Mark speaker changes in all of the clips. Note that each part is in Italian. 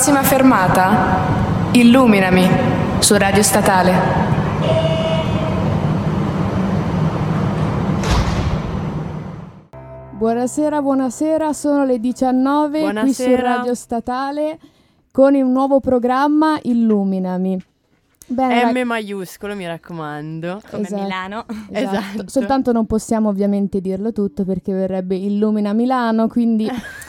Speaker 1: Prossima fermata, Illuminami, su Radio Statale.
Speaker 2: Buonasera, sono le 19.
Speaker 3: Buonasera.
Speaker 2: Qui su Radio Statale con il nuovo programma Illuminami. Bene,
Speaker 3: M maiuscolo, mi raccomando.
Speaker 4: Come
Speaker 2: Esatto.
Speaker 4: Milano.
Speaker 3: Esatto.
Speaker 2: Soltanto non possiamo ovviamente dirlo tutto perché verrebbe Illumina Milano, quindi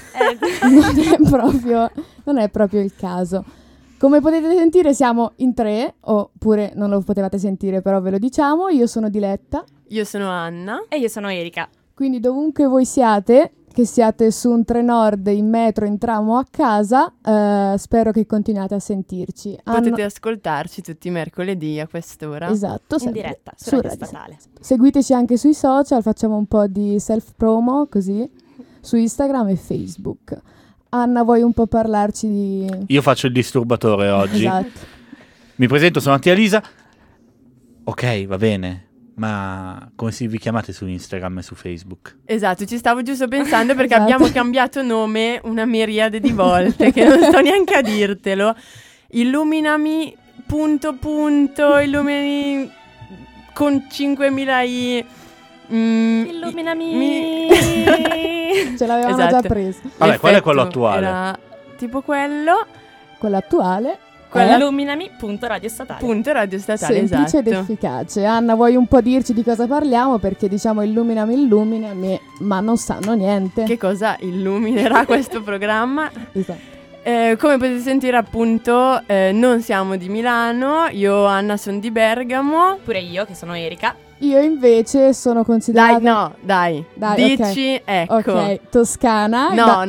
Speaker 2: non è proprio il caso. Come potete sentire siamo in 3, oppure non lo potevate sentire però ve lo diciamo. Io sono Diletta.
Speaker 3: Io sono Anna.
Speaker 4: E io sono Erika.
Speaker 2: Quindi dovunque voi siate, che siate su un Trenord, in metro, in tram o a casa, spero che continuate a sentirci.
Speaker 3: Potete ascoltarci tutti i mercoledì a quest'ora.
Speaker 2: Esatto,
Speaker 4: In
Speaker 2: sempre
Speaker 4: diretta su
Speaker 2: su
Speaker 4: Radio
Speaker 2: Radio
Speaker 4: Statale.
Speaker 2: Seguiteci anche sui social, facciamo un po' di self-promo così, su Instagram e Facebook. Anna, vuoi un po' parlarci di...
Speaker 5: Io faccio il disturbatore oggi.
Speaker 2: Esatto.
Speaker 5: Mi presento, sono Mattia Lisa. Ok, va bene. Ma come vi chiamate su Instagram e su Facebook?
Speaker 3: Esatto, ci stavo giusto pensando perché
Speaker 2: Esatto.
Speaker 3: abbiamo cambiato nome una miriade di volte che non sto neanche a dirtelo. Illuminami illuminami con 5.000 i...
Speaker 4: Illuminami.
Speaker 2: Ce l'avevamo
Speaker 3: Esatto.
Speaker 2: già preso.
Speaker 5: Vabbè, quello è quello
Speaker 3: L'effetto
Speaker 5: attuale.
Speaker 3: era tipo quello,
Speaker 2: Quella attuale,
Speaker 4: Illuminami.radiostatale.
Speaker 3: punto Radio Statale,
Speaker 2: semplice ed
Speaker 3: esatto.
Speaker 2: efficace. Anna, vuoi un po' dirci di cosa parliamo? Perché diciamo illuminami, ma non sanno niente.
Speaker 3: Che cosa illuminerà questo programma?
Speaker 2: Esatto.
Speaker 3: Come potete sentire appunto non siamo di Milano, io Anna sono di Bergamo.
Speaker 4: Pure io, che sono Erika.
Speaker 2: Io invece sono considerata...
Speaker 3: Dai,
Speaker 2: Dai,
Speaker 3: dici, ecco.
Speaker 2: Ok, toscana.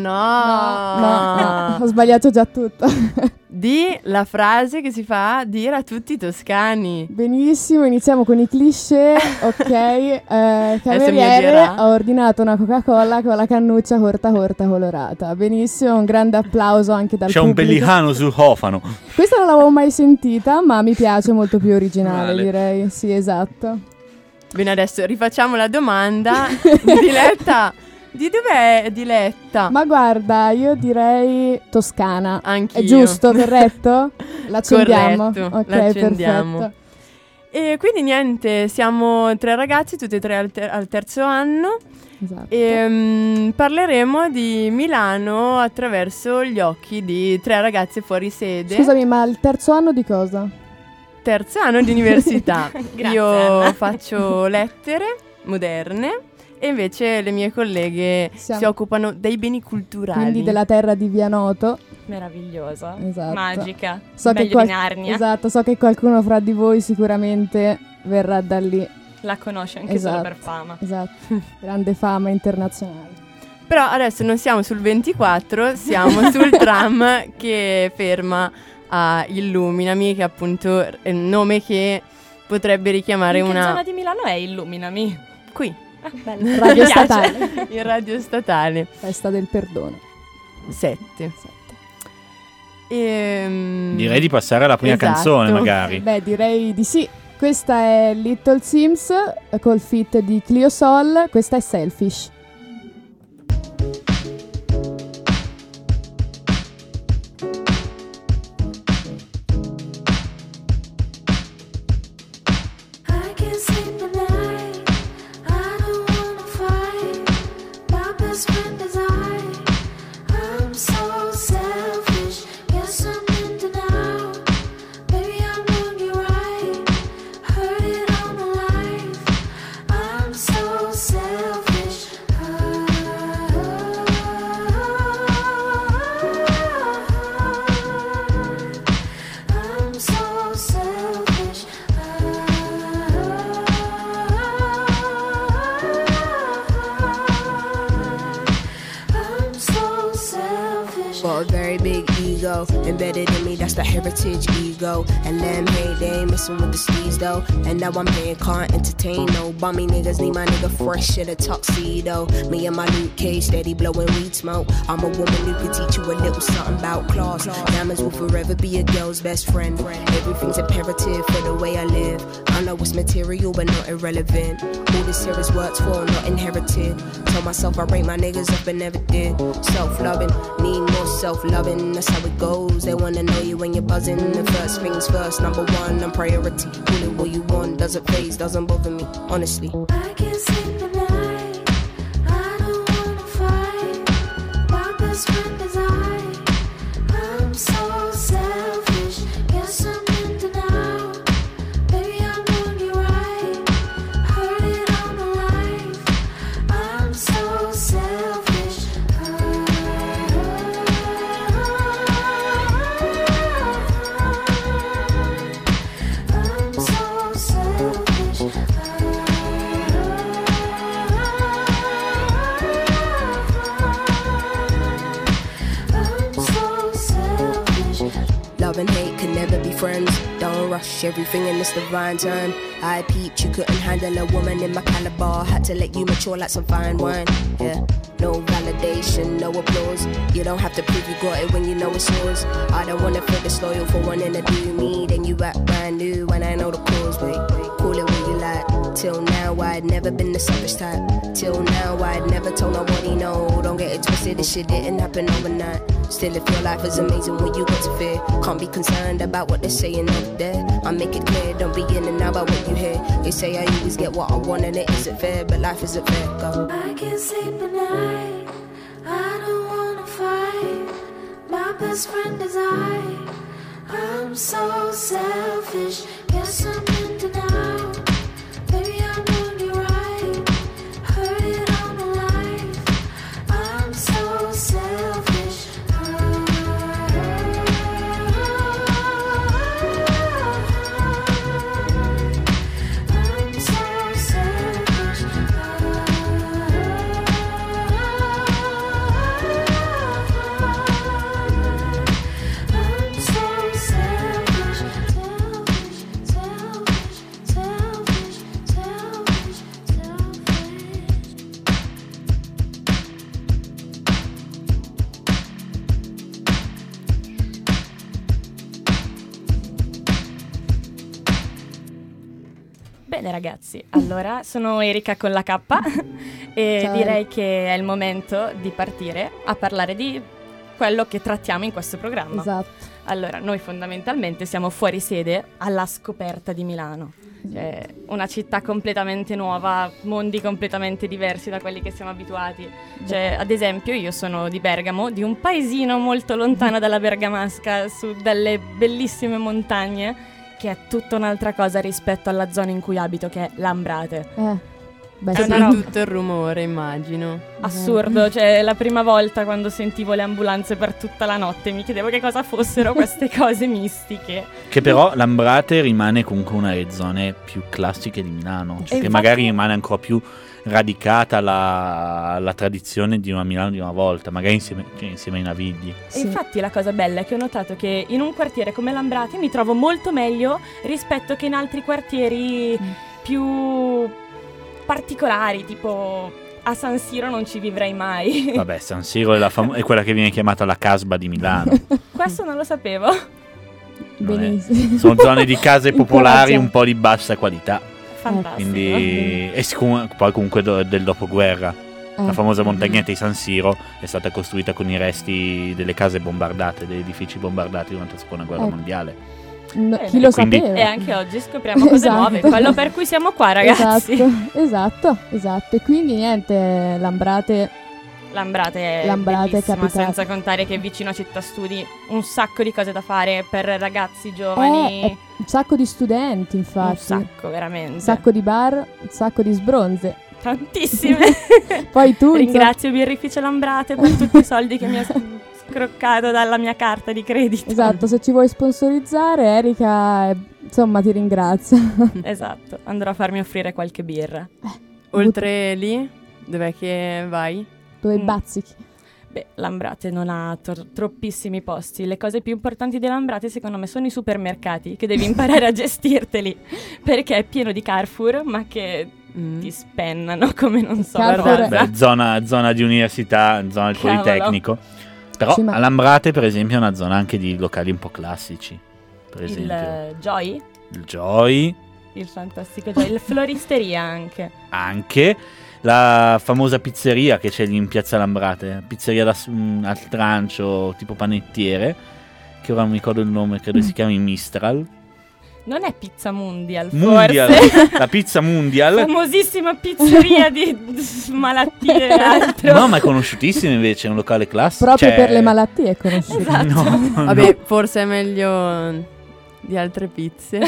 Speaker 3: No.
Speaker 2: Ho sbagliato già tutto.
Speaker 3: Di la frase che si fa dire a tutti i toscani.
Speaker 2: Benissimo, iniziamo con i cliché. Ok,
Speaker 3: mi
Speaker 2: cameriere,
Speaker 3: odierà.
Speaker 2: ho ordinato una Coca-Cola con la cannuccia corta colorata. Benissimo, un grande applauso anche dal
Speaker 5: C'è un
Speaker 2: pubblico.
Speaker 5: pellicano sul cofano.
Speaker 2: Questa non l'avevo mai sentita, ma mi piace, molto più originale,
Speaker 5: Vale.
Speaker 2: direi. Sì, esatto.
Speaker 3: Bene, adesso rifacciamo la domanda. Diletta, di dov'è Diletta?
Speaker 2: Ma guarda, io direi toscana.
Speaker 3: Anch'io.
Speaker 2: È giusto, corretto? L'accendiamo.
Speaker 3: Corretto,
Speaker 2: Ok,
Speaker 3: l'accendiamo.
Speaker 2: perfetto.
Speaker 3: E quindi niente, siamo 3 ragazzi, tutti e 3 al terzo anno.
Speaker 2: Esatto.
Speaker 3: E parleremo di Milano attraverso gli occhi di 3 ragazze fuori sede.
Speaker 2: Scusami, ma il terzo anno di cosa?
Speaker 3: Terzo anno di università.
Speaker 4: Grazie,
Speaker 3: Io
Speaker 4: Anna.
Speaker 3: faccio lettere moderne e invece le mie colleghe
Speaker 2: Siamo-
Speaker 3: si occupano dei beni culturali.
Speaker 2: Quindi della terra di Vianoto.
Speaker 4: Meravigliosa.
Speaker 2: Esatto.
Speaker 4: Magica.
Speaker 2: So che
Speaker 4: Meglio di Narnia.
Speaker 2: Esatto, so che qualcuno fra di voi sicuramente verrà da lì.
Speaker 4: La conosce anche solo
Speaker 2: Esatto.
Speaker 4: per fama.
Speaker 2: Esatto. Grande fama internazionale.
Speaker 3: Però adesso non siamo sul 24, siamo sul tram che ferma a Illuminami, che appunto è un nome che potrebbe richiamare
Speaker 4: In che
Speaker 3: una...
Speaker 4: zona di Milano è Illuminami?
Speaker 3: Qui,
Speaker 4: Ah, bello.
Speaker 2: Radio
Speaker 4: Mi piace.
Speaker 2: Statale.
Speaker 3: in Radio Statale
Speaker 2: Festa del perdono.
Speaker 3: 7.
Speaker 5: Direi di passare alla prima
Speaker 3: Esatto.
Speaker 5: canzone, magari.
Speaker 2: Beh, direi di sì. Questa è Little Sims col feat di Clio Sol. Questa è Selfish.
Speaker 6: I can't sleep at night. I don't wanna fight. My best friend is I'm so selfish. Guess I'm in denial. Maybe I'm doing you right. Heard it all my life. I'm so selfish. I'm so selfish. I'm so selfish.
Speaker 7: Got a very big ego embedded in me, that's the heritage ego. And them hate, they ain't messing with the steez though. And now I'm here, can't entertain no bummy niggas. Need my nigga fresh in a tuxedo. Me and my Luke Cage steady blowing weed smoke. I'm a woman who could teach you a little something about class. Diamonds will forever be a girl's best friend. Everything's imperative for the way I live. I know it's material but not irrelevant. All this here is worked for, not inherited. Told myself I rate my niggas up and never did. Self-loving, need more self-loving. That's how it goes. They wanna know you when you're buzzing. The first things first, number one, and priority. Call it what you want, doesn't phase, doesn't bother me, honestly.
Speaker 6: I can't sleep at night. I don't wanna fight. My best friend is I'm so selfish. Guess I'm in denial. Baby, I know you're right. Heard it all my life. I'm so selfish. I'm so selfish. I'm so selfish.
Speaker 7: Love and hate can never be friends. Don't rush everything in this divine time. I peeped, you couldn't handle a woman in my caliber. Had to let you mature like some fine wine. Yeah, no validation, no applause. You don't have to prove you got it when you know it's yours. I don't wanna feel disloyal for wanting to do me. Then you act brand new when I know the cause. Wait, call it what you like. Till now I'd never been the selfish type. Till now I'd never told nobody no. Don't get it twisted, this shit didn't happen overnight. Still if your life is amazing, what you got to fear? Can't be concerned about what they're saying over there. I make it clear, don't be in and out about what you hear. They say I always get what I want and it isn't fair, but life isn't fair, go.
Speaker 6: I can't sleep at night. I don't wanna fight. My best friend is I'm so selfish. Guess I'm in denial. Baby, I know you're right. Heard it all my life. I'm so selfish. I'm so selfish. I'm so selfish. Selfish, selfish, selfish, selfish, selfish.
Speaker 4: Bene ragazzi, allora sono Erika con la K e
Speaker 2: Ciao.
Speaker 4: direi che è il momento di partire a parlare di quello che trattiamo in questo programma.
Speaker 2: Esatto.
Speaker 4: Allora, noi fondamentalmente siamo fuori sede alla scoperta di Milano. Cioè, una città completamente nuova, mondi completamente diversi da quelli che siamo abituati. Cioè, ad esempio, io sono di Bergamo, di un paesino molto lontano dalla Bergamasca, su delle bellissime montagne, che è tutta un'altra cosa rispetto alla zona in cui abito, che è Lambrate.
Speaker 2: Beh,
Speaker 3: C'è
Speaker 2: sì.
Speaker 4: una roba-
Speaker 3: tutto il rumore, immagino.
Speaker 4: Assurdo, cioè la prima volta quando sentivo le ambulanze per tutta la notte mi chiedevo che cosa fossero queste cose mistiche.
Speaker 5: Che però Lambrate rimane comunque una delle zone più classiche di Milano, cioè
Speaker 4: E
Speaker 5: che
Speaker 4: infatti-
Speaker 5: magari rimane ancora più radicata la tradizione di una Milano di una volta, magari insieme ai Navigli.
Speaker 4: E
Speaker 2: Sì.
Speaker 4: infatti la cosa bella è che ho notato che in un quartiere come Lambrate mi trovo molto meglio rispetto che in altri quartieri più particolari, tipo a San Siro non ci vivrei mai.
Speaker 5: Vabbè, San Siro è quella che viene chiamata la Casba di Milano.
Speaker 4: Questo non lo sapevo.
Speaker 5: Non è-
Speaker 2: Benissimo.
Speaker 5: Sono zone di case popolari
Speaker 2: Incoraggia.
Speaker 5: un po' di bassa qualità,
Speaker 4: Fantastico.
Speaker 5: quindi e poi comunque del dopoguerra. La famosa montagnetta di San Siro è stata costruita con i resti delle case bombardate, degli edifici bombardati durante la seconda guerra
Speaker 2: Ecco.
Speaker 5: mondiale.
Speaker 2: Chi lo
Speaker 5: Quindi-
Speaker 2: sapeva?
Speaker 4: E anche oggi scopriamo cose
Speaker 2: Esatto.
Speaker 4: nuove, quello per cui siamo qua ragazzi.
Speaker 2: Esatto. E quindi niente, Lambrate
Speaker 4: Lambrate è
Speaker 2: Lambrate è
Speaker 4: bellissima,
Speaker 2: capitale.
Speaker 4: senza contare che è vicino a Città Studi, un sacco di cose da fare per ragazzi
Speaker 2: è
Speaker 4: giovani,
Speaker 2: un sacco di studenti,
Speaker 4: un
Speaker 2: infatti.
Speaker 4: sacco veramente.
Speaker 2: Un sacco di bar, un sacco di sbronze.
Speaker 4: Tantissime.
Speaker 2: Poi tu
Speaker 4: Ringrazio Birrificio Lambrate per tutti i soldi che mi ha scroccato dalla mia carta di credito.
Speaker 2: Esatto, se ci vuoi sponsorizzare, Erika, insomma, ti ringrazio.
Speaker 4: Esatto, andrò a farmi offrire qualche birra.
Speaker 3: Oltre lì, dov'è che vai?
Speaker 2: Dove
Speaker 4: Mm.
Speaker 2: bazzichi?
Speaker 4: Beh, Lambrate non ha troppissimi posti. Le cose più importanti di Lambrate secondo me sono i supermercati, che devi imparare a gestirteli, perché è pieno di Carrefour, ma che ti spennano come non so.
Speaker 2: Carrefour-
Speaker 4: cosa.
Speaker 5: Beh, zona di università, zona del
Speaker 4: Cavolo.
Speaker 5: Politecnico. Però
Speaker 2: Sì, ma-
Speaker 5: a Lambrate, per esempio, è una zona anche di locali un po' classici. Per esempio,
Speaker 4: Il Joy,
Speaker 5: il Joy,
Speaker 4: il fantastico Joy, il Floristeria anche.
Speaker 5: anche la famosa pizzeria che c'è lì in piazza Lambrate, pizzeria al trancio tipo panettiere, che ora non mi ricordo il nome, credo si chiami Mistral.
Speaker 4: Non è Pizza Mundial,
Speaker 5: Mundial,
Speaker 4: forse.
Speaker 5: la pizza Mundial.
Speaker 4: Famosissima pizzeria di malattie e altro.
Speaker 5: No, ma è conosciutissimo invece, è un locale classico.
Speaker 2: Proprio
Speaker 5: Cioè-
Speaker 2: per le malattie è conosciuto.
Speaker 4: Esatto.
Speaker 5: No,
Speaker 3: Vabbè, forse è meglio di altre pizze.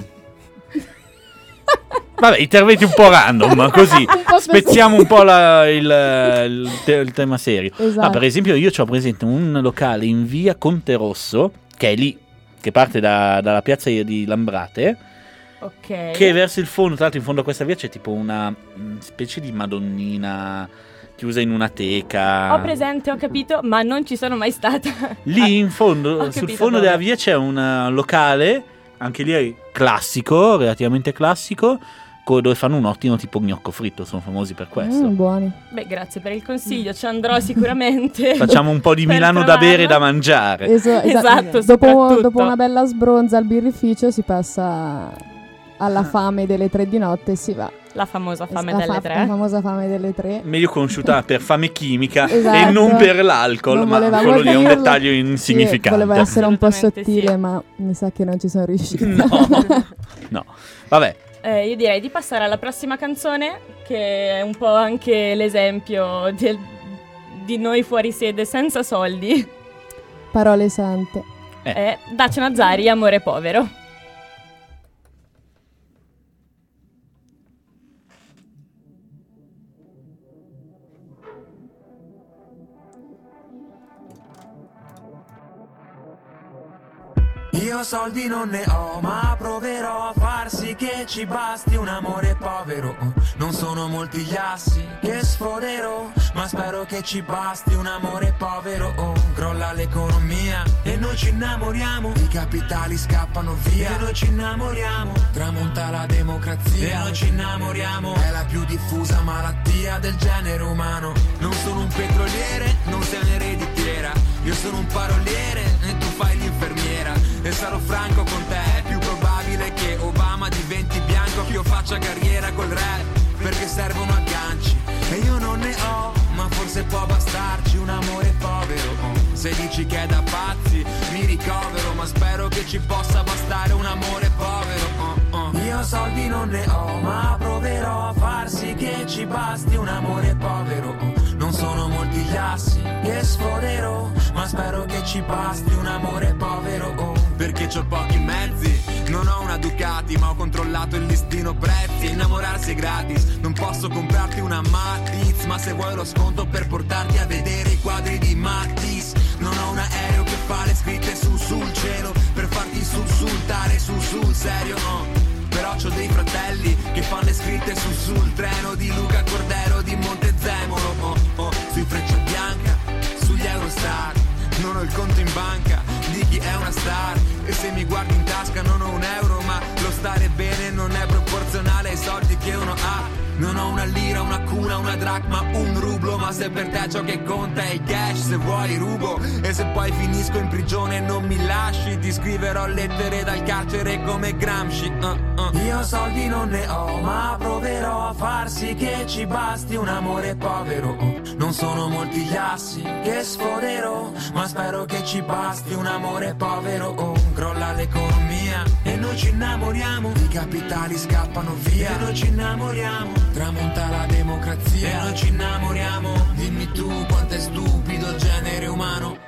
Speaker 5: Vabbè, interventi un po' random, così spezziamo un po' il tema serio.
Speaker 2: Esatto.
Speaker 5: Per esempio io ho presente un locale in via Conte Rosso, che è lì, che parte dalla piazza di Lambrate,
Speaker 4: Ok.
Speaker 5: che verso il fondo, tra l'altro in fondo a questa via c'è tipo una specie di madonnina chiusa in una teca.
Speaker 4: Ho presente, ho capito, ma non ci sono mai stata.
Speaker 5: Lì in
Speaker 4: Ho
Speaker 5: fondo, sul
Speaker 4: capito
Speaker 5: fondo
Speaker 4: dove.
Speaker 5: della via c'è un locale, anche lì è classico, relativamente classico, dove fanno un ottimo tipo gnocco fritto, sono famosi per questo.
Speaker 2: Buoni.
Speaker 4: Beh, grazie per il consiglio, ci andrò sicuramente.
Speaker 5: Facciamo un po' di
Speaker 4: Per
Speaker 5: Milano da bere e da
Speaker 4: provarlo.
Speaker 5: mangiare.
Speaker 4: Esatto,
Speaker 2: Dopo
Speaker 4: soprattutto.
Speaker 2: una bella sbronza al birrificio si passa alla fame delle 3 di notte e si va.
Speaker 4: La famosa fame
Speaker 2: La
Speaker 4: delle
Speaker 2: La
Speaker 4: 3.
Speaker 2: famosa fame delle 3.
Speaker 5: Meglio conosciuta per fame chimica e
Speaker 2: Esatto.
Speaker 5: non per l'alcol,
Speaker 2: Non
Speaker 5: ma
Speaker 2: volevamo
Speaker 5: quello lì è un
Speaker 2: dirlo.
Speaker 5: dettaglio
Speaker 2: Sì,
Speaker 5: insignificante.
Speaker 2: volevo essere un po'
Speaker 4: Assolutamente
Speaker 2: sottile,
Speaker 4: sì.
Speaker 2: ma mi sa che non ci sono riuscita.
Speaker 5: No, vabbè.
Speaker 4: Io direi di passare alla prossima canzone, che è un po' anche l'esempio di noi fuori sede senza soldi.
Speaker 2: Parole sante.
Speaker 4: È Dacia Nazzari, Amore povero.
Speaker 8: Io soldi non ne ho, ma proverò a far sì che ci basti un amore povero. Non sono molti gli assi che sfoderò, ma spero che ci basti un amore povero. Crolla l'economia e noi ci innamoriamo, i capitali scappano via e noi ci innamoriamo. Tramonta la democrazia e noi ci innamoriamo. È la più diffusa malattia del genere umano. Non sono un petroliere, non sei un'ereditiera. Io sono un paroliere e tu fai l'infermiera. E sarò franco con te, è più probabile che Obama diventi bianco che io faccia carriera col rap, perché servono agganci e io non ne ho, ma forse può bastarci un amore povero. Se dici che è da pazzi mi ricovero, ma spero che ci possa bastare un amore povero. Io soldi non ne ho, ma proverò a far sì che ci basti un amore povero. Non sono molti gli assi che sfoderò, ma spero che ci basti un amore povero. Perché c'ho pochi mezzi, non ho una Ducati, ma ho controllato il listino prezzi. Innamorarsi è gratis, non posso comprarti una Matiz, ma se vuoi lo sconto per portarti a vedere i quadri di Matisse. Non ho un aereo che fa le scritte sul cielo per farti sussultare sul serio, no. Però c'ho dei fratelli che fanno le scritte sul treno di Luca Cordero di Montezemolo, sui Freccia Bianca, sugli Eurostar. Non ho il conto in banca di chi è una star, e se mi guardi in tasca non ho un euro, ma lo stare bene non è proporzionale ai soldi che uno ha. Non ho una lira, una cuna, una dracma, un rublo, ma se per te ciò che conta è il cash, se vuoi rubo. E se poi finisco in prigione e non mi lasci, ti scriverò lettere dal carcere come Gramsci. Io soldi non ne ho, ma proverò a far sì che ci basti un amore povero. Non sono molti gli assi che sfoderò, ma spero che ci basti un amore povero. Crolla l'economia e noi ci innamoriamo, i capitali scappano via e noi ci innamoriamo. Tramonta la democrazia e noi ci innamoriamo. Dimmi tu quanto è stupido il genere umano.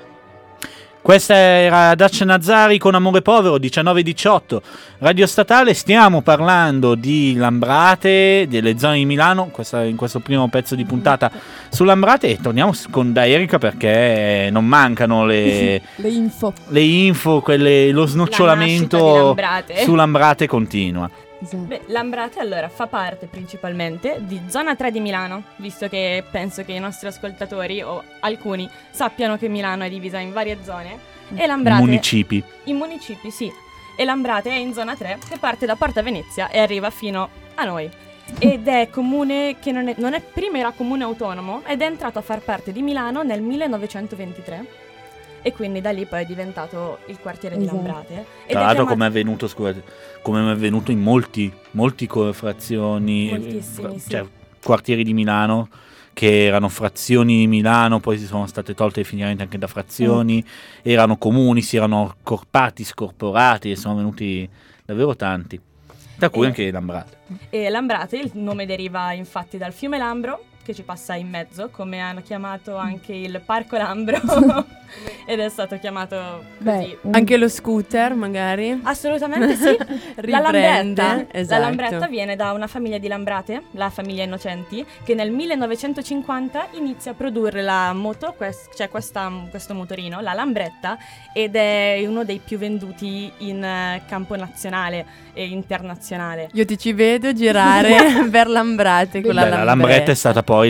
Speaker 5: Questa era Dacia Nazzari con Amore Povero, 19:18, Radio Statale. Stiamo parlando di Lambrate, delle zone di Milano, in questo primo pezzo di puntata su Lambrate, e torniamo da Erika perché non mancano le info, lo snocciolamento su Lambrate continua.
Speaker 2: Esatto.
Speaker 4: Beh, Lambrate allora fa parte principalmente di zona 3 di Milano, visto che penso che i nostri ascoltatori o alcuni sappiano che Milano è divisa in varie zone e Lambrate
Speaker 5: I
Speaker 4: municipi, sì. E Lambrate è in zona 3 che parte da Porta Venezia e arriva fino a noi. Ed è comune che non è prima era comune autonomo ed è entrato a far parte di Milano nel 1923. E quindi da lì poi è diventato il quartiere di Lambrate.
Speaker 5: Tra l'altro come è avvenuto in molti frazioni,
Speaker 4: moltissimi, sì.
Speaker 5: cioè quartieri di Milano che erano frazioni di Milano, poi si sono state tolte definitivamente anche da frazioni, erano comuni, si erano accorpati, scorporati e sono venuti davvero tanti, da cui anche Lambrate.
Speaker 4: E Lambrate, il nome deriva infatti dal fiume Lambro, che ci passa in mezzo, come hanno chiamato anche il Parco Lambro ed è stato chiamato così.
Speaker 3: Anche lo scooter magari
Speaker 4: Assolutamente sì. La
Speaker 3: riprende,
Speaker 4: Lambretta,
Speaker 3: esatto.
Speaker 4: la Lambretta viene da una famiglia di Lambrate, la famiglia Innocenti, che nel 1950 inizia a produrre la moto, questo motorino, la Lambretta, ed è uno dei più venduti in campo nazionale e internazionale.
Speaker 3: Io ti ci vedo girare per Lambrate con la
Speaker 5: La Lambretta è stata poi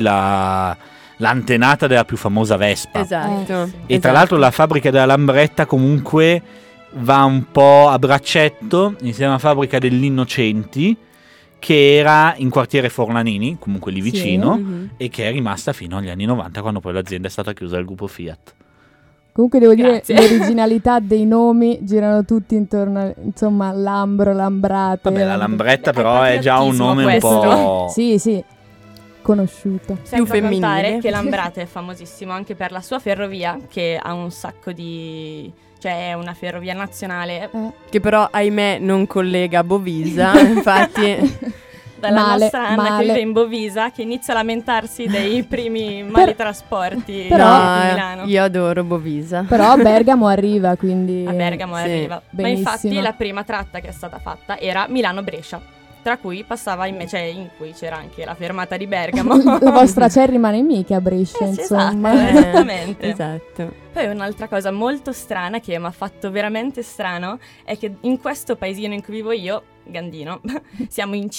Speaker 5: l'antenata della più famosa Vespa.
Speaker 3: Esatto.
Speaker 4: Sì.
Speaker 5: E tra l'altro la fabbrica della Lambretta comunque va un po' a braccetto insieme alla fabbrica dell'Innocenti, che era in quartiere Forlanini, comunque lì vicino,
Speaker 3: Mhm.
Speaker 5: e che è rimasta fino agli anni 90, quando poi l'azienda è stata chiusa dal gruppo Fiat.
Speaker 2: Comunque devo dire,
Speaker 4: Grazie.
Speaker 2: l'originalità dei nomi girano tutti intorno, insomma, Lambro, Lambrate.
Speaker 5: Vabbè, la Lambretta però
Speaker 4: È
Speaker 5: è già un
Speaker 4: patriottismo
Speaker 5: nome
Speaker 4: questo.
Speaker 5: un po'...
Speaker 2: Sì, conosciuto.
Speaker 4: Senza
Speaker 3: femminile.
Speaker 4: contare che Lambrate è famosissimo anche per la sua ferrovia, che ha un sacco di... cioè è una ferrovia nazionale.
Speaker 3: Che però ahimè non collega a Bovisa, infatti
Speaker 4: Dalla
Speaker 2: Male,
Speaker 4: nostra Anna
Speaker 2: male.
Speaker 4: che vive in Bovisa, che inizia a lamentarsi dei primi mali trasporti
Speaker 2: Però-
Speaker 4: di Milano.
Speaker 3: io adoro Bovisa.
Speaker 2: Però a Bergamo arriva, quindi...
Speaker 4: A Bergamo
Speaker 3: sì,
Speaker 4: arriva. Ma
Speaker 2: benissimo.
Speaker 4: infatti la prima tratta che è stata fatta era Milano-Brescia, tra cui passava in cui c'era anche la fermata di Bergamo.
Speaker 2: La vostra acerrima nemica a Brescia,
Speaker 4: Sì,
Speaker 2: insomma.
Speaker 4: esatto, esattamente.
Speaker 3: Esatto.
Speaker 4: Poi un'altra cosa molto strana che mi ha fatto veramente strano è che in questo paesino in cui vivo io, Gandino, siamo in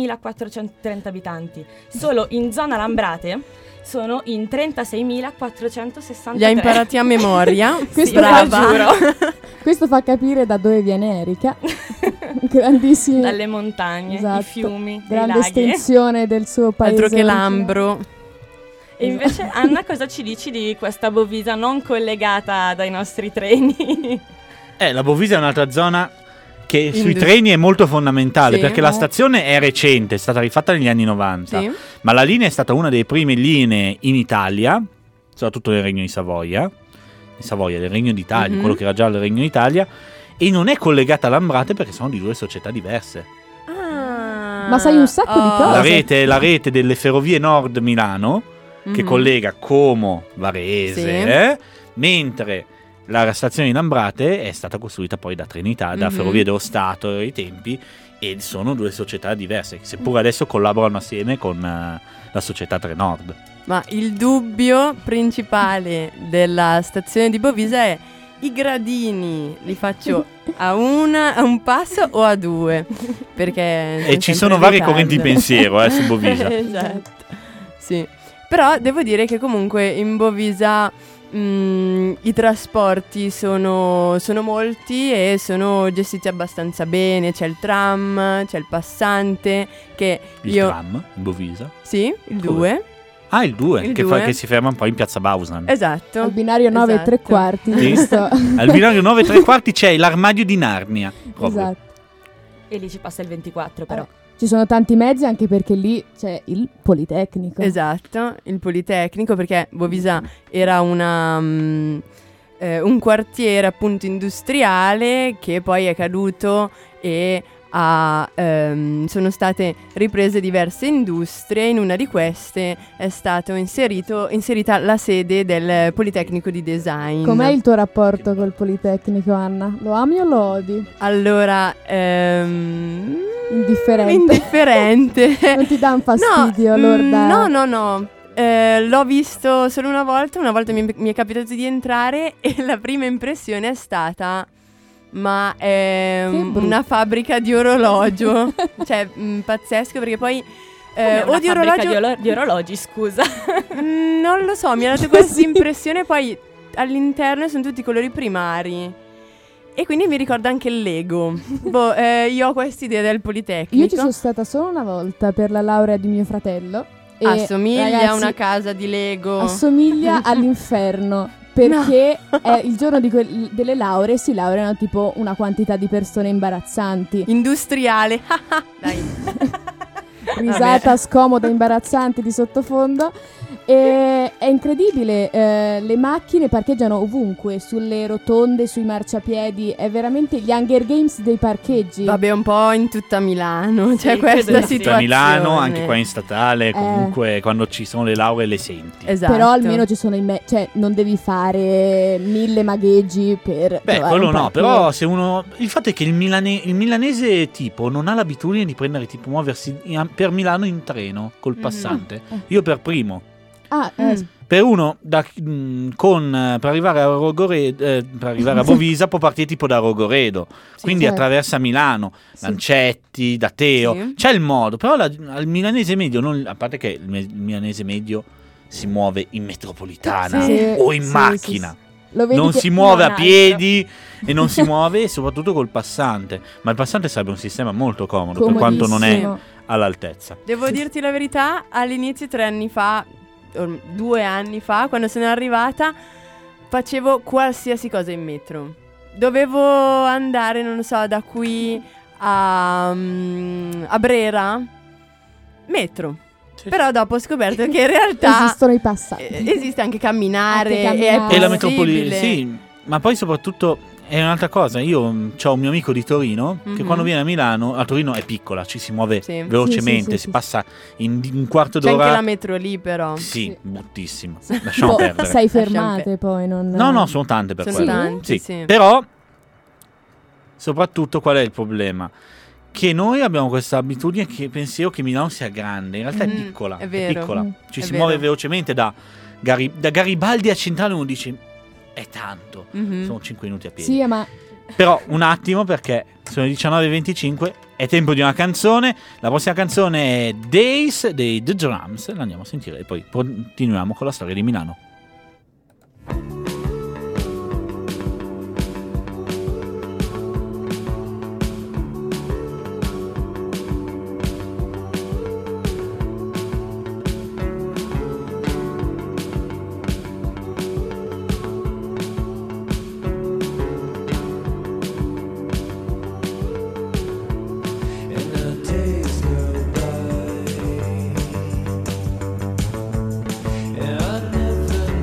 Speaker 4: 5.430 abitanti. Solo in zona Lambrate sono in 36.463.
Speaker 3: Li ha imparati a memoria.
Speaker 2: Questo
Speaker 3: brava.
Speaker 4: lo giuro.
Speaker 2: Questo fa capire da dove viene Erika. Grandissimi...
Speaker 4: Dalle montagne,
Speaker 2: Esatto.
Speaker 4: i fiumi, i
Speaker 2: Grande
Speaker 4: laghi.
Speaker 2: estensione del suo paese.
Speaker 3: Altro che
Speaker 2: originale.
Speaker 3: Lambro.
Speaker 4: E invece Anna, cosa ci dici di questa Bovisa non collegata dai nostri treni?
Speaker 5: La Bovisa è un'altra zona che sui
Speaker 3: Indus-
Speaker 5: treni è molto fondamentale,
Speaker 3: Sì.
Speaker 5: perché la stazione è recente, è stata rifatta negli anni 90,
Speaker 3: Sì.
Speaker 5: ma la linea è stata una delle prime linee in Italia, soprattutto nel Regno di Savoia, del Regno d'Italia,
Speaker 3: Mhm.
Speaker 5: quello che era già il Regno d'Italia, e non è collegata a Lambrate perché sono di due società diverse.
Speaker 3: Ah.
Speaker 2: Ma sai un sacco di cose.
Speaker 5: La rete delle Ferrovie Nord Milano, che
Speaker 3: Mhm.
Speaker 5: collega Como, Varese,
Speaker 3: Sì.
Speaker 5: mentre la stazione di Lambrate è stata costruita poi da Trenitalia, da
Speaker 3: Mhm.
Speaker 5: Ferrovie dello Stato ai tempi, e sono due società diverse, seppur adesso collaborano assieme con la società Trenord.
Speaker 3: Ma il dubbio principale della stazione di Bovisa è: i gradini li faccio a un passo o a due? Perché
Speaker 5: E ci sono varie correnti di pensiero su Bovisa.
Speaker 3: Esatto. Sì. Però devo dire che comunque in Bovisa i trasporti sono molti e sono gestiti abbastanza bene. C'è il tram, c'è il passante che
Speaker 5: Il
Speaker 3: io...
Speaker 5: tram in Bovisa.
Speaker 3: Sì, il
Speaker 5: Come?
Speaker 3: 2.
Speaker 5: Ah, il 2,
Speaker 3: Il
Speaker 5: che,
Speaker 3: 2.
Speaker 5: che si ferma poi in piazza Bausan.
Speaker 3: Esatto.
Speaker 2: Al binario 9 e 3
Speaker 3: Esatto.
Speaker 2: quarti,
Speaker 5: Sì.
Speaker 2: giusto?
Speaker 5: Al binario 9 e 3 quarti c'è l'armadio di Narnia. Proprio.
Speaker 2: Esatto.
Speaker 4: E lì ci passa il 24 però.
Speaker 2: Ci sono tanti mezzi anche perché lì c'è il Politecnico.
Speaker 3: Esatto, il Politecnico, perché Bovisa era un quartiere appunto industriale che poi è caduto e sono state riprese diverse industrie. In una di queste è stato inserita la sede del Politecnico di Design.
Speaker 2: Com'è il tuo rapporto col Politecnico, Anna? Lo ami o lo odi?
Speaker 3: Allora,
Speaker 2: Indifferente.
Speaker 3: indifferente.
Speaker 2: Non ti dà un fastidio l'orda?
Speaker 3: No. L'ho visto solo una volta mi è capitato di entrare e la prima impressione è stata: ma è
Speaker 2: Che brutto.
Speaker 3: una fabbrica di orologio. Cioè, pazzesco, perché poi
Speaker 4: Come
Speaker 3: o
Speaker 4: una
Speaker 3: di
Speaker 4: fabbrica
Speaker 3: orologio
Speaker 4: di orologi, scusa.
Speaker 3: non lo so, mi ha dato questa
Speaker 2: Sì.
Speaker 3: impressione. Poi all'interno sono tutti colori primari e quindi mi ricorda anche il Lego. Io ho questa idea del Politecnico.
Speaker 2: Io ci sono stata solo una volta per la laurea di mio fratello. E,
Speaker 3: Assomiglia a
Speaker 2: ragazzi,
Speaker 3: una casa di Lego.
Speaker 2: assomiglia all'inferno. Perché il giorno delle lauree si laureano tipo una quantità di persone imbarazzanti.
Speaker 3: Industriale. Dai.
Speaker 2: Risata scomoda, imbarazzante di sottofondo. E è incredibile, le macchine parcheggiano ovunque, sulle rotonde, sui marciapiedi, è veramente gli Hunger Games dei parcheggi.
Speaker 3: Vabbè, un po' in tutta Milano, c'è
Speaker 4: Sì,
Speaker 3: questa
Speaker 4: credo sì.
Speaker 3: situazione.
Speaker 5: A Milano, anche qua in statale, comunque quando ci sono le lauree le senti.
Speaker 3: Esatto.
Speaker 2: Però almeno ci sono cioè non devi fare 1000 magheggi per
Speaker 5: Beh,
Speaker 2: trovare
Speaker 5: quello
Speaker 2: un
Speaker 5: no,
Speaker 2: parcheggio.
Speaker 5: però se uno... Il fatto è che il milanese tipo non ha l'abitudine di prendere tipo muoversi per Milano in treno col passante. Io per primo.
Speaker 2: Ah,
Speaker 5: Per uno per arrivare a Rogoredo, per arrivare a Bovisa può partire tipo da Rogoredo, quindi
Speaker 2: certo.
Speaker 5: attraversa Milano, Lancetti, da Teo,
Speaker 3: Sì.
Speaker 5: c'è il modo, però al milanese medio, a parte che il milanese medio si muove in metropolitana
Speaker 2: Sì.
Speaker 5: o in
Speaker 2: Sì,
Speaker 5: macchina.
Speaker 2: sì, sì. Lo vedi
Speaker 5: Non
Speaker 2: che-
Speaker 5: si muove a
Speaker 4: non
Speaker 5: piedi e non si muove soprattutto col passante, ma il passante sarebbe un sistema molto comodo per quanto non è
Speaker 2: comodissimo.
Speaker 5: all'altezza.
Speaker 3: Devo dirti la verità, all'inizio 3 anni fa, 2 anni fa, quando sono arrivata, facevo qualsiasi cosa in metro. Dovevo andare, non so, da qui a Brera, metro.
Speaker 5: Sì.
Speaker 3: Però dopo ho scoperto che in realtà
Speaker 2: Esistono i passanti.
Speaker 3: esiste anche camminare,
Speaker 2: Anche
Speaker 3: e è
Speaker 2: camminare.
Speaker 5: E la
Speaker 3: possibile.
Speaker 5: metropolitana, sì, ma poi soprattutto è un'altra cosa. Io ho un mio amico di Torino che
Speaker 3: Mhm.
Speaker 5: quando viene a Milano, a Torino è piccola, ci si muove
Speaker 3: Sì.
Speaker 5: velocemente,
Speaker 2: Sì, sì,
Speaker 5: si
Speaker 2: sì,
Speaker 5: passa in un quarto
Speaker 3: C'è
Speaker 5: d'ora.
Speaker 3: anche la metro lì, però.
Speaker 5: Sì,
Speaker 2: Sì.
Speaker 5: bruttissimo. Lasciamo
Speaker 2: Boh,
Speaker 5: perdere.
Speaker 2: 6
Speaker 3: Lasciamo
Speaker 2: fermate poi non...
Speaker 5: No, sono tante per
Speaker 3: Sono
Speaker 5: quello.
Speaker 3: tanti, sì.
Speaker 5: Però soprattutto qual è il problema? Che noi abbiamo questa abitudine che pensiamo che Milano sia grande, in realtà è piccola,
Speaker 3: è vero.
Speaker 5: piccola.
Speaker 2: Mm.
Speaker 5: Ci
Speaker 3: È
Speaker 5: si
Speaker 3: vero.
Speaker 5: muove velocemente da Garibaldi a Centrale, uno dice è tanto,
Speaker 3: Mhm.
Speaker 5: sono 5 minuti a piedi.
Speaker 2: Sì, ma
Speaker 5: Però un attimo, perché sono le 19:25, è tempo di una canzone. La prossima canzone è Days dei The Drums, la andiamo a sentire e poi continuiamo con la storia di Milano.
Speaker 8: And the days go by, and I never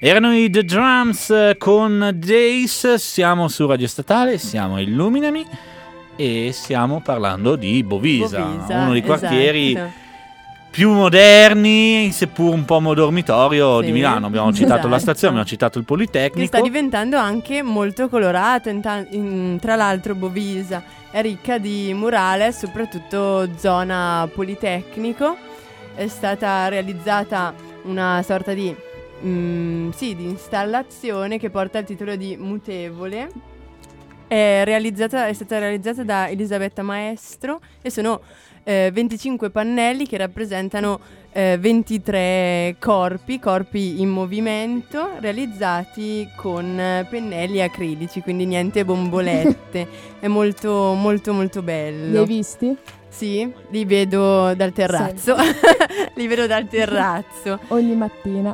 Speaker 5: Erano i The Drums con Days. Siamo su Radio Statale, siamo a Illuminami e stiamo parlando di Bovisa, uno dei quartieri più moderni, seppur un po' dormitorio di Milano. Abbiamo citato la stazione, abbiamo citato il Politecnico.
Speaker 3: Che sta diventando anche molto colorato. Tra l'altro Bovisa è ricca di murales, soprattutto zona Politecnico. È stata realizzata una sorta di di installazione che porta il titolo di Mutevole. È stata realizzata da Elisabetta Maestro e sono 25 pannelli che rappresentano 23 corpi in movimento, realizzati con pennelli acrilici, quindi niente bombolette. È molto molto molto bello.
Speaker 2: Li hai visti?
Speaker 3: Sì, li vedo dal terrazzo. Li vedo dal terrazzo
Speaker 2: Ogni mattina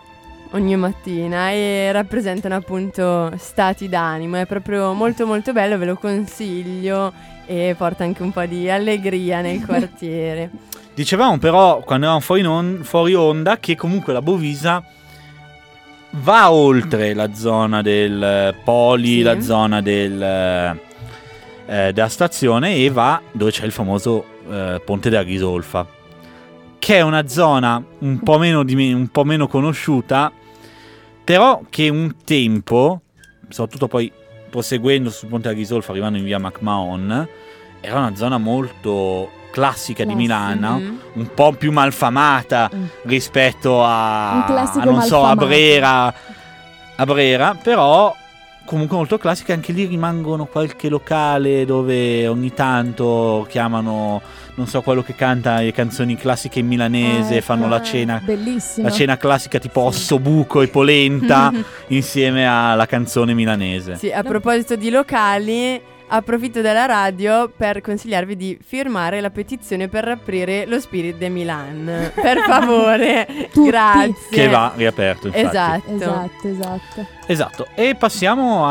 Speaker 3: e rappresentano appunto stati d'animo. È proprio molto molto bello, ve lo consiglio, e porta anche un po' di allegria nel quartiere.
Speaker 5: Dicevamo però quando eravamo fuori onda che comunque la Bovisa va oltre la zona del Poli, la zona della stazione, e va dove c'è il famoso Ponte della Ghisolfa, che è una zona un po' meno conosciuta, però che un tempo, soprattutto poi proseguendo sul Ponte della Ghisolfa, arrivando in via MacMahon, era una zona molto classica di Milano, un po' più malfamata rispetto a Brera, però comunque molto classica. Anche lì rimangono qualche locale dove ogni tanto chiamano, non so, quello che canta le canzoni classiche in milanese, fanno la cena,
Speaker 2: bellissimo,
Speaker 5: la cena classica tipo Ossobuco e polenta insieme alla canzone milanese.
Speaker 3: Sì, a proposito di locali, approfitto della radio per consigliarvi di firmare la petizione per riaprire lo Spirit de Milan. Per favore, grazie.
Speaker 5: Che va riaperto, infatti. Esatto. E passiamo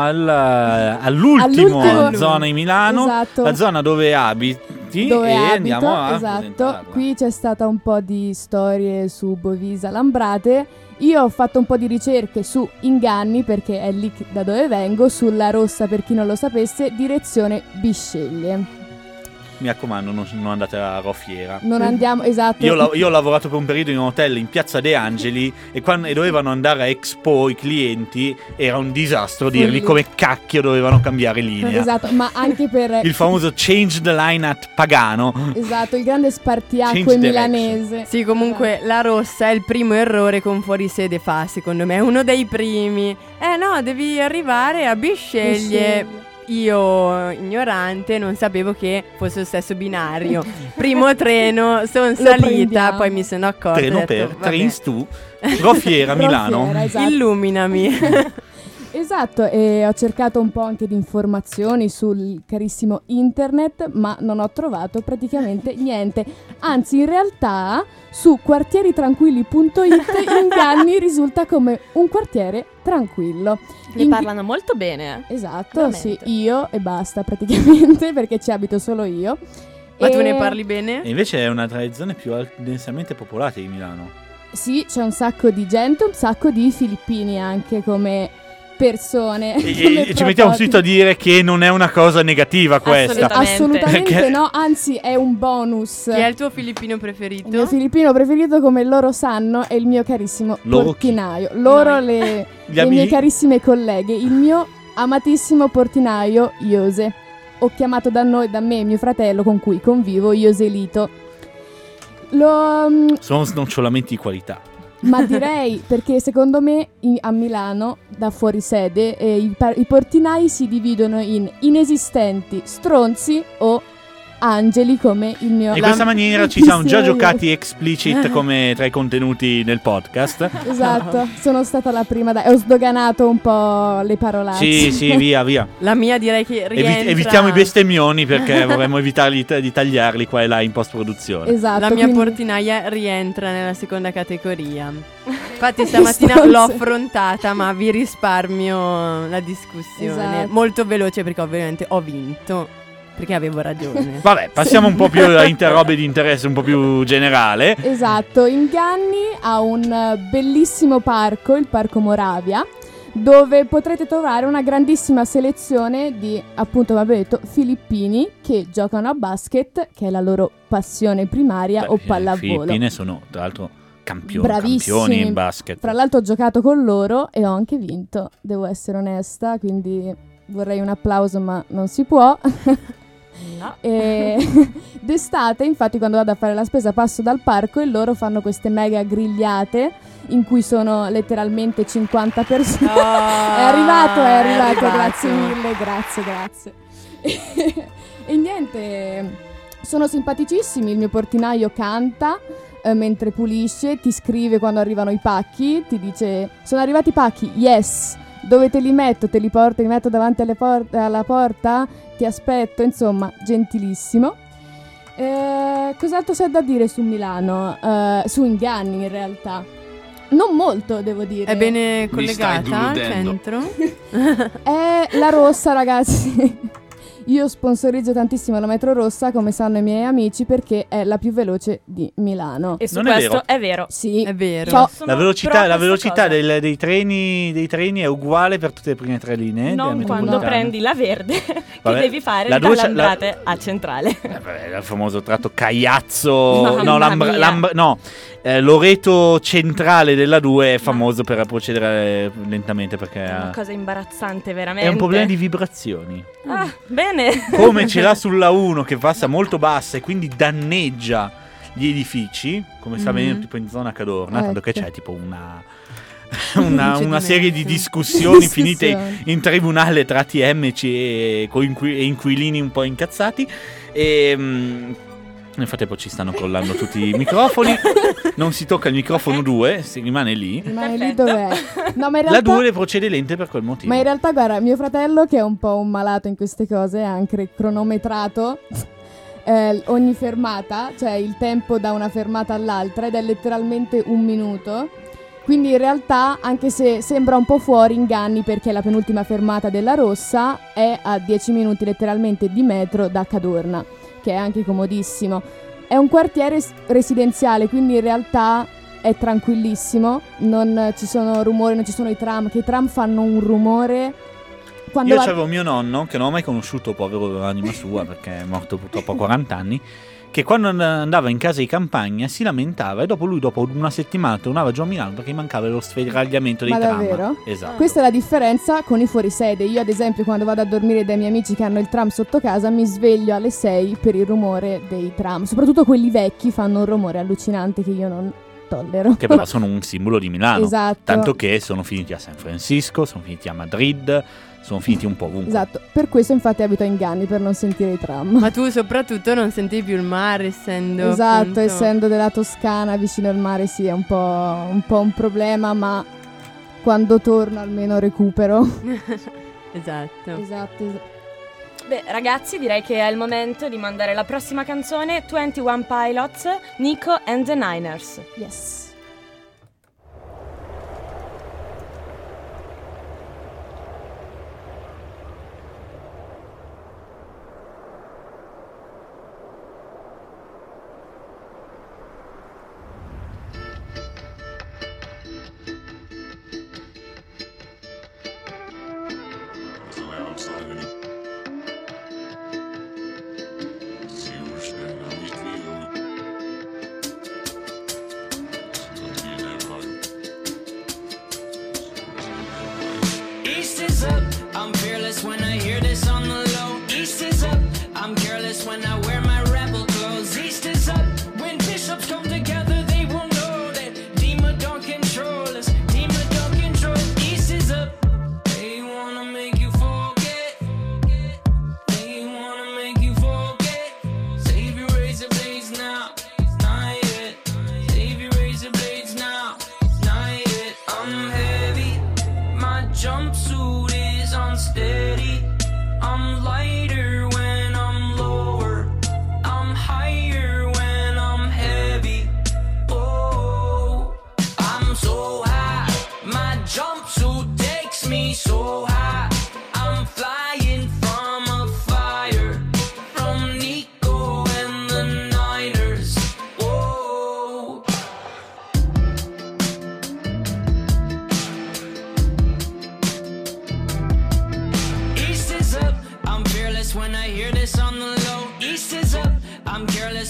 Speaker 5: all'ultima zona di Milano, la zona dove abiti, andiamo a presentarla.
Speaker 2: Qui c'è stata un po' di storie su Bovisa Lambrate. Io ho fatto un po' di ricerche su Inganni, perché è lì da dove vengo, sulla Rossa, per chi non lo sapesse, direzione Bisceglie.
Speaker 5: Mi raccomando, non andate a Roffiera.
Speaker 2: Non andiamo, esatto.
Speaker 5: Io ho lavorato per un periodo in un hotel in Piazza De Angeli e dovevano andare a Expo i clienti, era un disastro dirgli come cacchio dovevano cambiare linea.
Speaker 2: Esatto, ma anche per
Speaker 5: il famoso change the line at Pagano.
Speaker 2: Esatto, il grande spartiacque milanese.
Speaker 3: Sì, comunque la Rossa è il primo errore con fuorisede fa, secondo me, è uno dei primi. No, devi arrivare a Bisceglie. Io, ignorante, non sapevo che fosse lo stesso binario. Primo treno, sono salita, poi mi sono accorta.
Speaker 5: Treno per Trains tu, Roffiera, Milano.
Speaker 2: Esatto.
Speaker 3: Illuminami.
Speaker 2: Esatto, e ho cercato un po' anche di informazioni sul carissimo internet, ma non ho trovato praticamente niente. Anzi, in realtà, su quartieritranquilli.it Inganni risulta come un quartiere tranquillo.
Speaker 4: Ne parlano molto bene.
Speaker 2: Esatto,
Speaker 4: veramente.
Speaker 2: Sì, io e basta praticamente, perché ci abito solo io.
Speaker 3: Ma tu ne parli bene?
Speaker 5: E invece è una tra le zone più densamente popolate di Milano.
Speaker 2: Sì, c'è un sacco di gente, un sacco di filippini anche come persone.
Speaker 5: E ci mettiamo subito a dire che non è una cosa negativa questa.
Speaker 2: Assolutamente
Speaker 5: Perché
Speaker 2: no, anzi è un bonus.
Speaker 3: Chi è il tuo filippino preferito?
Speaker 2: Il mio filippino preferito, come loro sanno, è il mio carissimo portinaio. Le mie carissime colleghe, il mio amatissimo portinaio Iose, o chiamato da me mio fratello con cui convivo, Ioselito.
Speaker 5: Sono snocciolamenti di qualità.
Speaker 2: Ma direi, perché secondo me a Milano, da fuori sede, i portinai si dividono in inesistenti, stronzi o angeli, come il mio.
Speaker 5: In questa maniera ci siamo già giocati explicit come tra i contenuti del podcast.
Speaker 2: Esatto, sono stata la prima, ho sdoganato un po' le parolacce.
Speaker 5: Sì, via.
Speaker 3: La mia direi che rientra.
Speaker 5: Evitiamo i bestemmioni, perché vorremmo evitare di tagliarli qua e là in post-produzione.
Speaker 2: Esatto.
Speaker 3: La mia portinaia rientra nella seconda categoria. Infatti stamattina l'ho affrontata, ma vi risparmio la discussione.
Speaker 2: Esatto.
Speaker 3: Molto veloce, perché ovviamente ho vinto. perché avevo ragione.
Speaker 5: Vabbè, passiamo un po' più a robe di interesse un po' più generale.
Speaker 2: Esatto, Inganni ha un bellissimo parco, il Parco Moravia, dove potrete trovare una grandissima selezione di, appunto, come abbiamo detto, filippini che giocano a basket, che è la loro passione primaria,
Speaker 5: Beh,
Speaker 2: o
Speaker 5: le
Speaker 2: pallavolo.
Speaker 5: Filippine sono tra l'altro campioni
Speaker 2: Bravissimi.
Speaker 5: in basket.
Speaker 2: Tra l'altro ho giocato con loro e ho anche vinto, devo essere onesta, quindi vorrei un applauso ma non si può.
Speaker 4: No.
Speaker 2: E d'estate, infatti, quando vado a fare la spesa passo dal parco e loro fanno queste mega grigliate in cui sono letteralmente 50 persone. È arrivato, grazie mille, grazie. E niente, sono simpaticissimi, il mio portinaio canta mentre pulisce, ti scrive quando arrivano i pacchi, ti dice sono arrivati i pacchi, yes, dove te li metto? Te li porto, li metto davanti alla porta? Ti aspetto, insomma, gentilissimo. Cos'altro c'è da dire su Milano? Su Inganni in realtà. Non molto, devo dire.
Speaker 3: È bene
Speaker 9: Mi stai
Speaker 3: collegata al
Speaker 9: deludendo.
Speaker 3: centro?
Speaker 2: È la rossa, ragazzi. Io sponsorizzo tantissimo la metro rossa, come sanno i miei amici, perché è la più veloce di Milano.
Speaker 4: E su
Speaker 5: Non è
Speaker 4: questo
Speaker 5: vero.
Speaker 4: è vero.
Speaker 2: Sì,
Speaker 3: È vero.
Speaker 2: So-
Speaker 4: Sono
Speaker 5: La
Speaker 4: pro
Speaker 5: velocità
Speaker 4: questa cosa.
Speaker 5: dei treni è uguale per tutte le prime tre linee della
Speaker 4: Non quando
Speaker 5: metropolitana.
Speaker 4: prendi la verde, che
Speaker 5: Vabbè,
Speaker 4: devi fare
Speaker 5: la
Speaker 4: da
Speaker 5: due c'è-
Speaker 4: Lambrate a Centrale.
Speaker 5: Vabbè, il famoso tratto Cagliazzo,
Speaker 4: Mamma mia.
Speaker 5: Loreto centrale della 2 è famoso per procedere lentamente perché
Speaker 4: È una
Speaker 5: ha-
Speaker 4: cosa imbarazzante, veramente.
Speaker 5: è un problema di vibrazioni.
Speaker 4: Ah, bene.
Speaker 5: Come ce l'ha sulla 1 che passa molto bassa e quindi danneggia gli edifici, come sta avvenendo tipo in zona Cadorna, tanto che
Speaker 2: Ecco.
Speaker 5: c'è tipo una
Speaker 3: Procedimento.
Speaker 5: serie di discussioni
Speaker 2: Discussioni.
Speaker 5: finite in tribunale tra TMC e inquilini un po' incazzati e nel frattempo ci stanno crollando tutti i microfoni, non si tocca il microfono 2, si rimane lì.
Speaker 2: rimane lì
Speaker 4: Perfetto.
Speaker 2: dov'è. No, ma in
Speaker 5: La
Speaker 2: realtà
Speaker 5: 2 procede lente per quel motivo.
Speaker 2: Ma in realtà, guarda, mio fratello, che è un po' un malato in queste cose, ha anche cronometrato ogni fermata, cioè il tempo da una fermata all'altra, ed è letteralmente 1 minuto. Quindi in realtà, anche se sembra un po' fuori, Inganni, perché la penultima fermata della rossa è a 10 minuti letteralmente di metro da Cadorna, che è anche comodissimo. È un quartiere residenziale, quindi in realtà è tranquillissimo, non ci sono rumori, non ci sono i tram, che i tram fanno un rumore quando
Speaker 5: Io
Speaker 2: va-
Speaker 5: c'avevo mio nonno, che non ho mai conosciuto, povero anima sua, perché è morto purtroppo a 40 anni, che quando andava in casa di campagna si lamentava e dopo una settimana tornava giù a Milano perché gli mancava lo sferagliamento dei
Speaker 2: Ma
Speaker 5: tram.
Speaker 2: davvero?
Speaker 5: Esatto.
Speaker 2: Questa è la differenza con i fuorisede. Io ad esempio quando vado a dormire dai miei amici che hanno il tram sotto casa mi sveglio alle 6 per il rumore dei tram. Soprattutto quelli vecchi fanno un rumore allucinante che io non tollero.
Speaker 5: Che però sono un simbolo di Milano.
Speaker 2: Esatto.
Speaker 5: Tanto che sono finiti a San Francisco, sono finiti a Madrid, sono finiti un po' ovunque.
Speaker 2: Esatto, per questo infatti abito a Inganni, per non sentire i tram.
Speaker 3: Ma tu soprattutto non sentivi più il mare, essendo
Speaker 2: Esatto,
Speaker 3: appunto-
Speaker 2: essendo della Toscana vicino al mare sì, è un po' un problema, ma quando torno almeno recupero.
Speaker 3: Esatto.
Speaker 2: Esatto.
Speaker 4: Beh, ragazzi, direi che è il momento di mandare la prossima canzone, 21 Pilots, Nico and the Niners.
Speaker 2: Yes.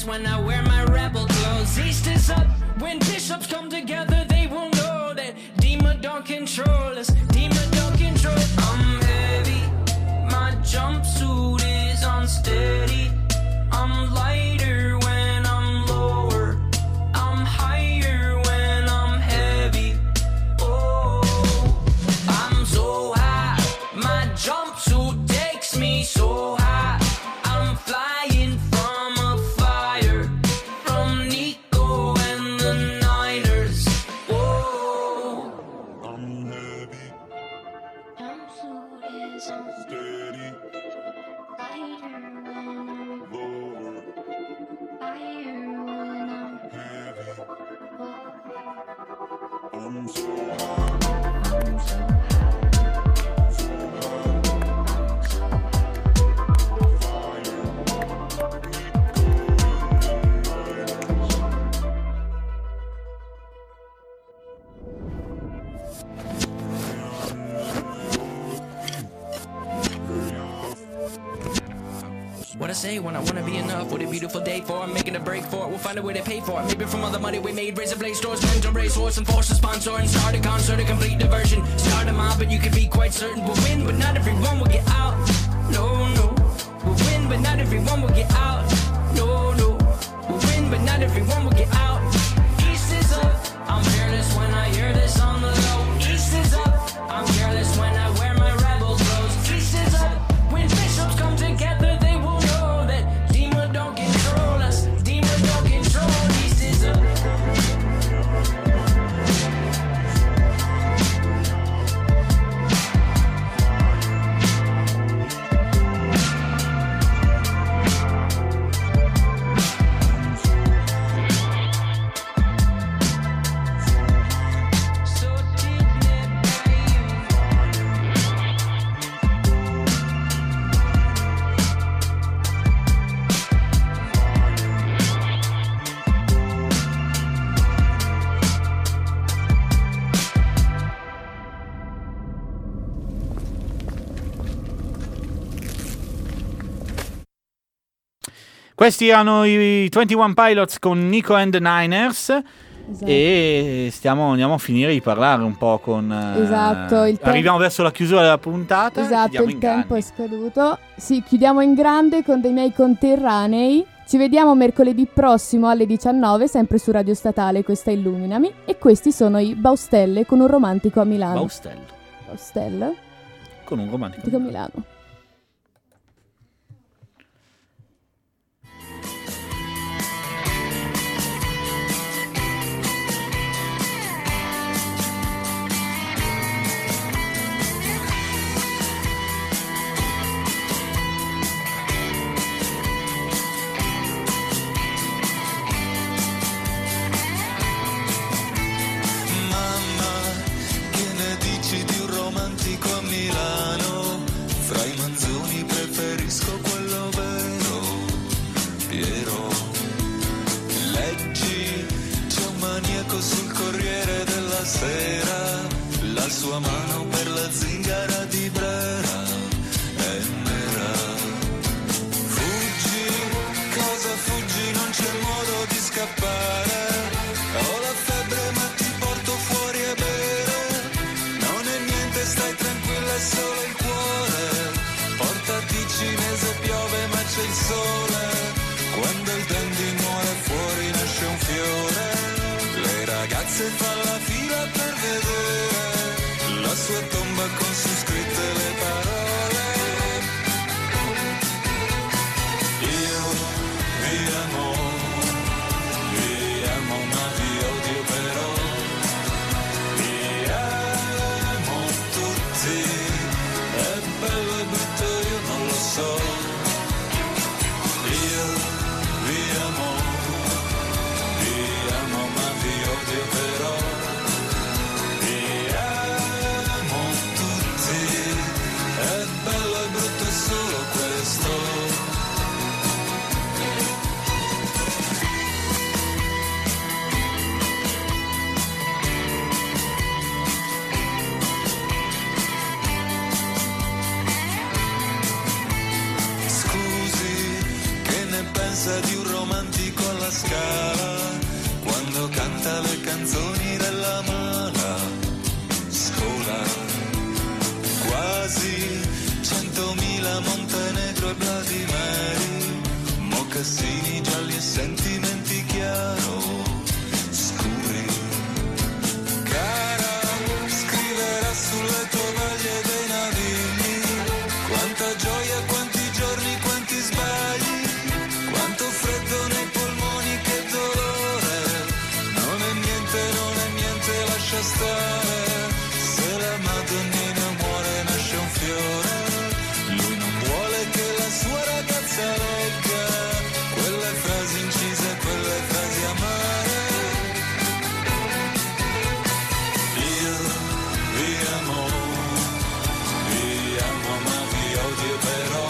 Speaker 9: fearless when I wear my rebel clothes. East is up, when bishops come together, they will know that demon don't control us, demon don't control. I'm heavy, my jumpsuit is unsteady. I'm lighter when I'm lower, I'm higher when I'm heavy. Oh, I'm so high, my jumpsuit takes me so high. I'm flying from a fire, from Nico and the Niners. Whoa, I'm heavy, jumpsuit is unsteady. Lighter when I'm lower, higher when I'm heavy. I'm so high, I'm so high, so high. What I say when I wanna be enough. What a beautiful day for it, making a break for it. We'll find a way to pay for it. Maybe from all the money we made, raise a blade stores, spend on race horse and force a sponsor and start a concert, a complete diversion. Start a mob, but you can be quite certain we'll win, but not everyone will get out. No, no, we'll win, but not everyone will get out. No, no, we'll win, but not everyone will get out. East is up, I'm fearless when I hear this on the low. East is up, I'm fearless when I wear my rebel clothes. East is up, when bishops come together, they will know that demon don't control us, demon don't control. East is up.
Speaker 5: Questi erano i 21 Pilots con Nico and the Niners.
Speaker 2: Esatto.
Speaker 5: E andiamo a finire di parlare un po' con...
Speaker 2: Esatto, il tempo-
Speaker 5: arriviamo verso la chiusura della puntata.
Speaker 2: Esatto,
Speaker 5: chiudiamo
Speaker 2: il
Speaker 5: in
Speaker 2: tempo
Speaker 5: grande.
Speaker 2: è scaduto. Sì, chiudiamo in grande con dei miei conterranei. Ci vediamo mercoledì prossimo alle 19, sempre su Radio Statale, questa è Illuminami. E questi sono i Baustelle con un romantico a Milano. Baustelle
Speaker 5: Con un romantico
Speaker 2: a Milano.
Speaker 10: Che ne dici di un romantico a Milano? Fra i manzoni preferisco quello vero, Piero. Leggi, c'è un maniaco sul Corriere della Sera, la sua mano per la zingara di Brera è nera. Fuggi, cosa fuggi? Non c'è modo di scappare. Ho la febbre ma ti porto fuori a bere. Non è niente, stai tranquilla, è solo il cuore. Portati cinese, piove ma c'è il sole. Quando il dandy muore fuori nasce un fiore. Le ragazze fanno la fila per vedere la sua tomba con su scritte le parole. Io vi amo, ma vi odio però. Vi amo tutti, è bello e brutto io non lo so. Io vi amo, ma vi odio però. Vi amo tutti, è scala quando canta le canzoni della mala scuola. Quasi 100.000 Montenegro e Bloody Mary, mocassini gialli e sentimenti chiaro scuri. Cara scriverà sulle tovaglie dei navigli quanta gioia, quanti giorni, quanti sbagli, quanto freddo nei polmoni, che dolore. Non è niente, lascia stare. Se la Madonnina muore nasce un fiore. Lui non vuole che la sua ragazza legga quelle frasi incise, quelle frasi amare. Io vi amo, ma vi odio però.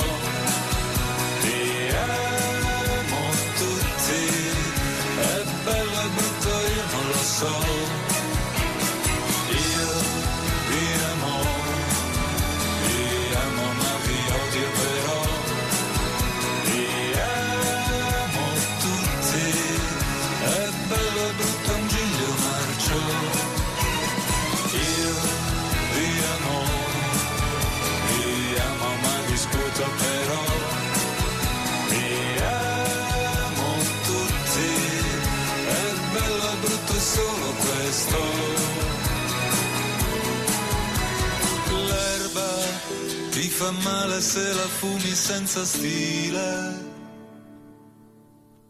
Speaker 10: Vi amo tutti, è bello e brutto, io non lo so. Io vi amo, ma vi odio però. Vi amo tutti, è bello e brutto, un giglio marcio. Io vi amo, ma discuto però. Vi amo tutti, è bello e brutto, è solo questo. L'erba ti fa male se la fumi senza stile.